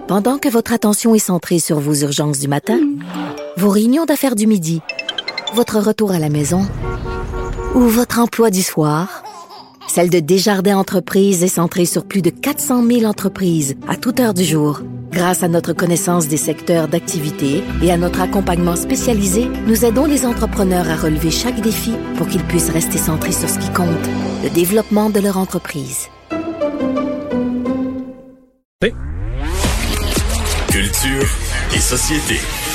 Pendant que votre attention est centrée sur vos urgences du matin, vos réunions d'affaires du midi, votre retour à la maison ou votre emploi du soir, celle de Desjardins Entreprises est centrée sur plus de 400 000 entreprises à toute heure du jour. Grâce à notre connaissance des secteurs d'activité et à notre accompagnement spécialisé, nous aidons les entrepreneurs à relever chaque défi pour qu'ils puissent rester centrés sur ce qui compte, le développement de leur entreprise. Culture et société.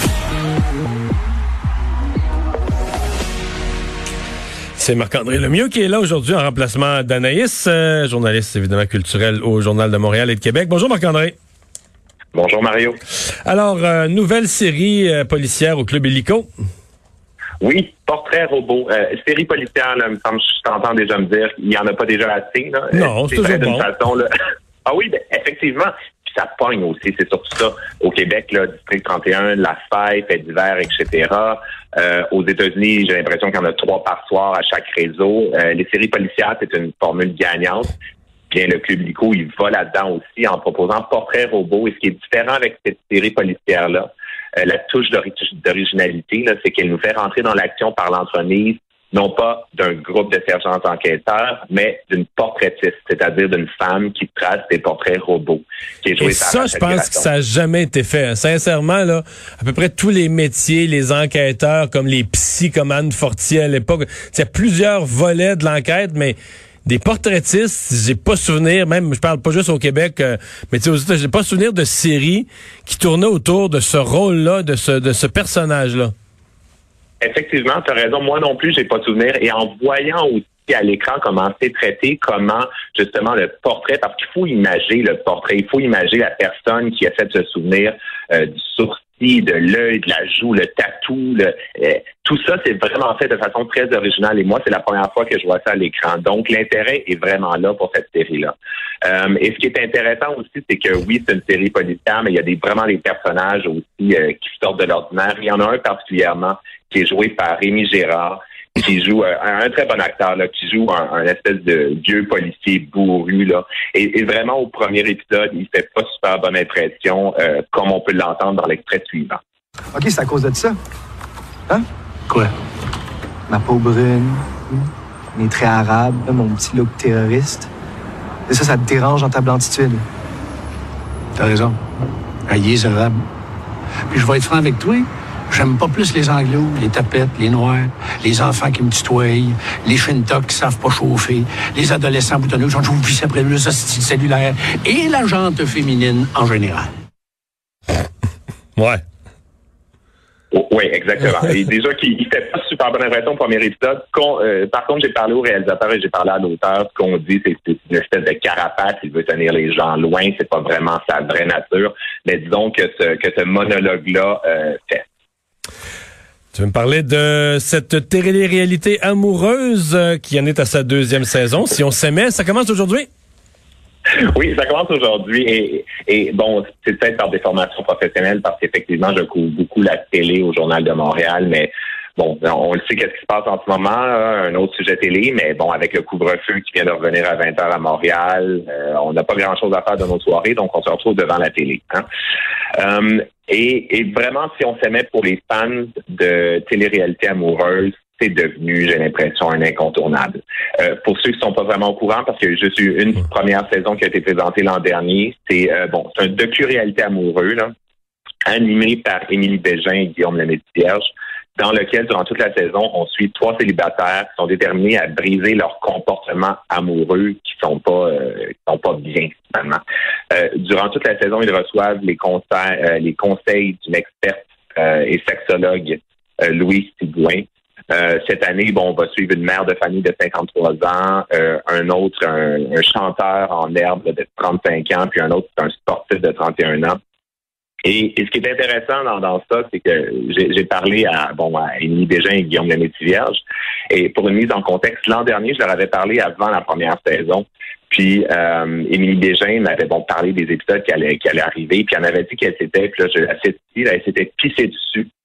C'est Marc-André Lemieux qui est là aujourd'hui en remplacement d'Anaïs, journaliste évidemment culturel au Journal de Montréal et de Québec. Bonjour Marc-André. Bonjour Mario. Alors, nouvelle série policière au Club Illico. Oui, Portrait robot. Série policière, là, me semble, je t'entends déjà me dire, il n'y en a pas déjà assez. Là. Non, c'est toujours bon. Façon, là. Ah oui, ben, effectivement. Puis ça pogne aussi, c'est surtout ça. Au Québec, là, District 31, La Fête, Faits divers, etc. Aux États-Unis, j'ai l'impression qu'il y en a 3 par soir à chaque réseau. Les séries policières, c'est une formule gagnante. Bien, le Club Illico, il va là-dedans aussi en proposant Portrait robot. Et ce qui est différent avec cette série policière-là, la touche d'originalité, là, c'est qu'elle nous fait rentrer dans l'action par l'entremise, non pas d'un groupe de sergents enquêteurs, mais d'une portraitiste, c'est-à-dire d'une femme qui trace des portraits robots. Qui est jouée Et ça, je pense que ça n'a jamais été fait. Sincèrement, là, à peu près tous les métiers, les enquêteurs, comme les psys, comme Anne Fortier à l'époque, il y a plusieurs volets de l'enquête, mais des portraitistes, j'ai pas souvenir, même je parle pas juste au Québec, mais tu sais, aux États-Unis, j'ai pas souvenir de série qui tournait autour de ce rôle-là, de ce personnage-là. Effectivement, tu as raison. Moi non plus, j'ai pas de souvenir. Et en voyant aussi à l'écran comment c'est traité, comment justement le portrait, parce qu'il faut imager le portrait, il faut imager la personne qui essaie de se souvenir du sourcil, de l'œil, de la joue, le tatou, tout ça, c'est vraiment fait de façon très originale. Et moi, c'est la première fois que je vois ça à l'écran. Donc, l'intérêt est vraiment là pour cette série-là. Et ce qui est intéressant aussi, c'est que oui, c'est une série policière, mais il y a vraiment des personnages aussi qui sortent de l'ordinaire. Il y en a un particulièrement qui est joué par Rémi Gérard, qui joue un très bon acteur, là, qui joue un espèce de vieux policier bourru, là. Et vraiment, au premier épisode, il fait pas super bonne impression, comme on peut l'entendre dans l'extrait suivant. OK, c'est à cause de ça. Hein? Quoi? Ma peau brune, mes traits arabes, mon petit look terroriste. Et ça te dérange dans ta blanchitude. T'as raison. Alliés arabes. Puis je vais être franc avec toi. J'aime pas plus les anglos, les tapettes, les noirs, les enfants qui me tutoient, les shintok qui savent pas chauffer, les adolescents boutonneux, j'en joue vis après le hostile cellulaire et la jante féminine en général. Ouais. Oui, exactement. Et déjà, il fait pas super bonne impression au premier épisode. Par contre, j'ai parlé au réalisateur et j'ai parlé à l'auteur. Ce qu'on dit, c'est que c'est une espèce de carapace. Il veut tenir les gens loin. C'est pas vraiment sa vraie nature. Mais disons que ce monologue-là fait. Tu veux me parler de cette télé-réalité amoureuse qui en est à sa 2e saison. Si on s'aimait, ça commence aujourd'hui? Oui, ça commence aujourd'hui et bon, c'est peut-être par des formations professionnelles parce qu'effectivement, je couvre beaucoup la télé au Journal de Montréal, mais bon, on le sait qu'est-ce qui se passe en ce moment, un autre sujet télé, mais bon, avec le couvre-feu qui vient de revenir à 20h à Montréal, on n'a pas grand-chose à faire de nos soirées, donc on se retrouve devant la télé. Hein? Et vraiment, si on s'aimait pour les fans de télé-réalité amoureuse, c'est devenu, j'ai l'impression, un incontournable. Pour ceux qui sont pas vraiment au courant, parce qu'il y a juste eu une première saison qui a été présentée l'an dernier, c'est un docu-réalité amoureux, là, animé par Émilie Bégin et Guillaume Lemaitre-Vierge, dans lequel, durant toute la saison, on suit 3 célibataires qui sont déterminés à briser leur comportement amoureux qui sont pas bien, finalement. Durant toute la saison, ils reçoivent les conseils d'une experte et sexologue, Louise Sigouin. Cette année, on va suivre une mère de famille de 53 ans, un chanteur en herbe de 35 ans, puis un autre, c'est un sportif de 31 ans. Et ce qui est intéressant dans ça, c'est que j'ai parlé à Émilie Bégin et Guillaume Lemaitre-Vierge. Et pour une mise en contexte, l'an dernier, je leur avais parlé avant la première saison. Puis Émilie Bégin m'avait parlé des épisodes qui allaient arriver. Puis elle m'avait dit qu'elle s'était, puis là, elle s'était pissée dessus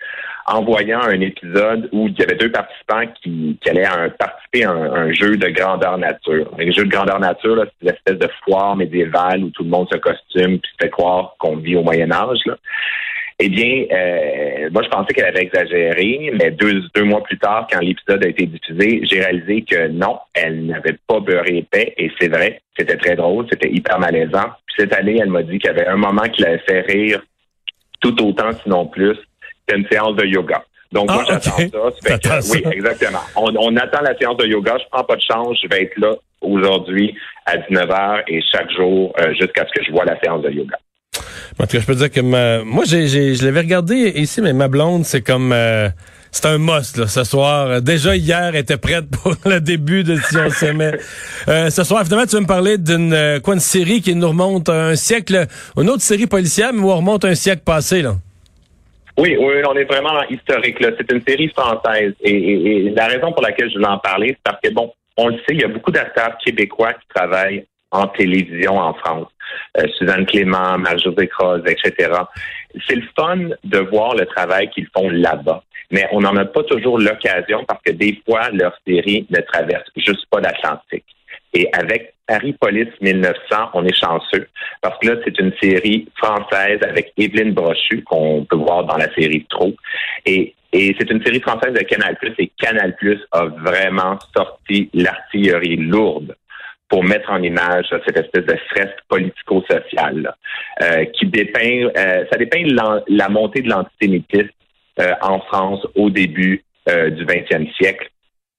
en voyant un épisode où il y avait 2 participants qui allaient participer à un jeu de grandeur nature. Un jeu de grandeur nature, là, c'est une espèce de foire médiévale où tout le monde se costume puis se fait croire qu'on vit au Moyen-Âge, là. Eh bien, moi, je pensais qu'elle avait exagéré, mais deux mois plus tard, quand l'épisode a été diffusé, j'ai réalisé que non, elle n'avait pas beurré épais, et c'est vrai, c'était très drôle, c'était hyper malaisant. Puis cette année, elle m'a dit qu'il y avait un moment qui l'avait fait rire tout autant, sinon plus, qu'une séance de yoga. Donc, moi, j'attends ça. Oui, exactement. On attend la séance de yoga, je prends pas de chance, je vais être là aujourd'hui à 19h et chaque jour jusqu'à ce que je vois la séance de yoga. En tout cas, je peux dire que moi, je l'avais regardé ici, mais ma blonde, c'est comme c'est un must là, ce soir. Déjà hier, elle était prête pour le début de Si on s'aimait. Ce soir, finalement, tu vas me parler d'une série qui nous remonte un siècle, une autre série policière, mais où on remonte un siècle passé là. Oui, on est vraiment historique là. C'est une série française et la raison pour laquelle je voulais en parler, c'est parce que bon, on le sait, il y a beaucoup d'acteurs québécois qui travaillent en télévision en France. Suzanne Clément, Marie-Josée Croze, etc. C'est le fun de voir le travail qu'ils font là-bas. Mais on n'en a pas toujours l'occasion parce que des fois, leur série ne traverse juste pas l'Atlantique. Et avec Paris Police 1900, on est chanceux parce que là, c'est une série française avec Évelyne Brochu qu'on peut voir dans la série Trop. Et c'est une série française de Canal+, et Canal+ a vraiment sorti l'artillerie lourde pour mettre en image cette espèce de fresque politico-sociale qui dépeint, ça dépeint la montée de l'antisémitisme en France au début du 20e siècle.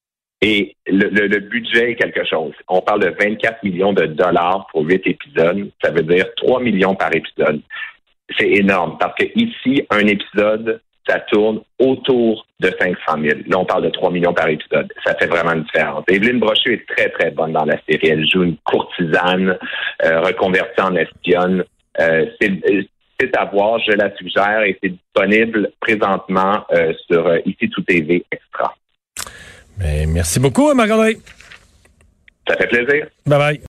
Et le budget est quelque chose. On parle de 24 millions de dollars pour 8 épisodes. Ça veut dire 3 millions par épisode. C'est énorme parce que ici, un épisode, ça tourne autour de 500 000. Là, on parle de 3 millions par épisode. Ça fait vraiment une différence. Évelyne Brochu est très, très bonne dans la série. Elle joue une courtisane reconvertie en espionne. C'est à voir, je la suggère, et c'est disponible présentement sur Ici Tout TV Extra. Mais merci beaucoup, Marc-André. Ça fait plaisir. Bye-bye.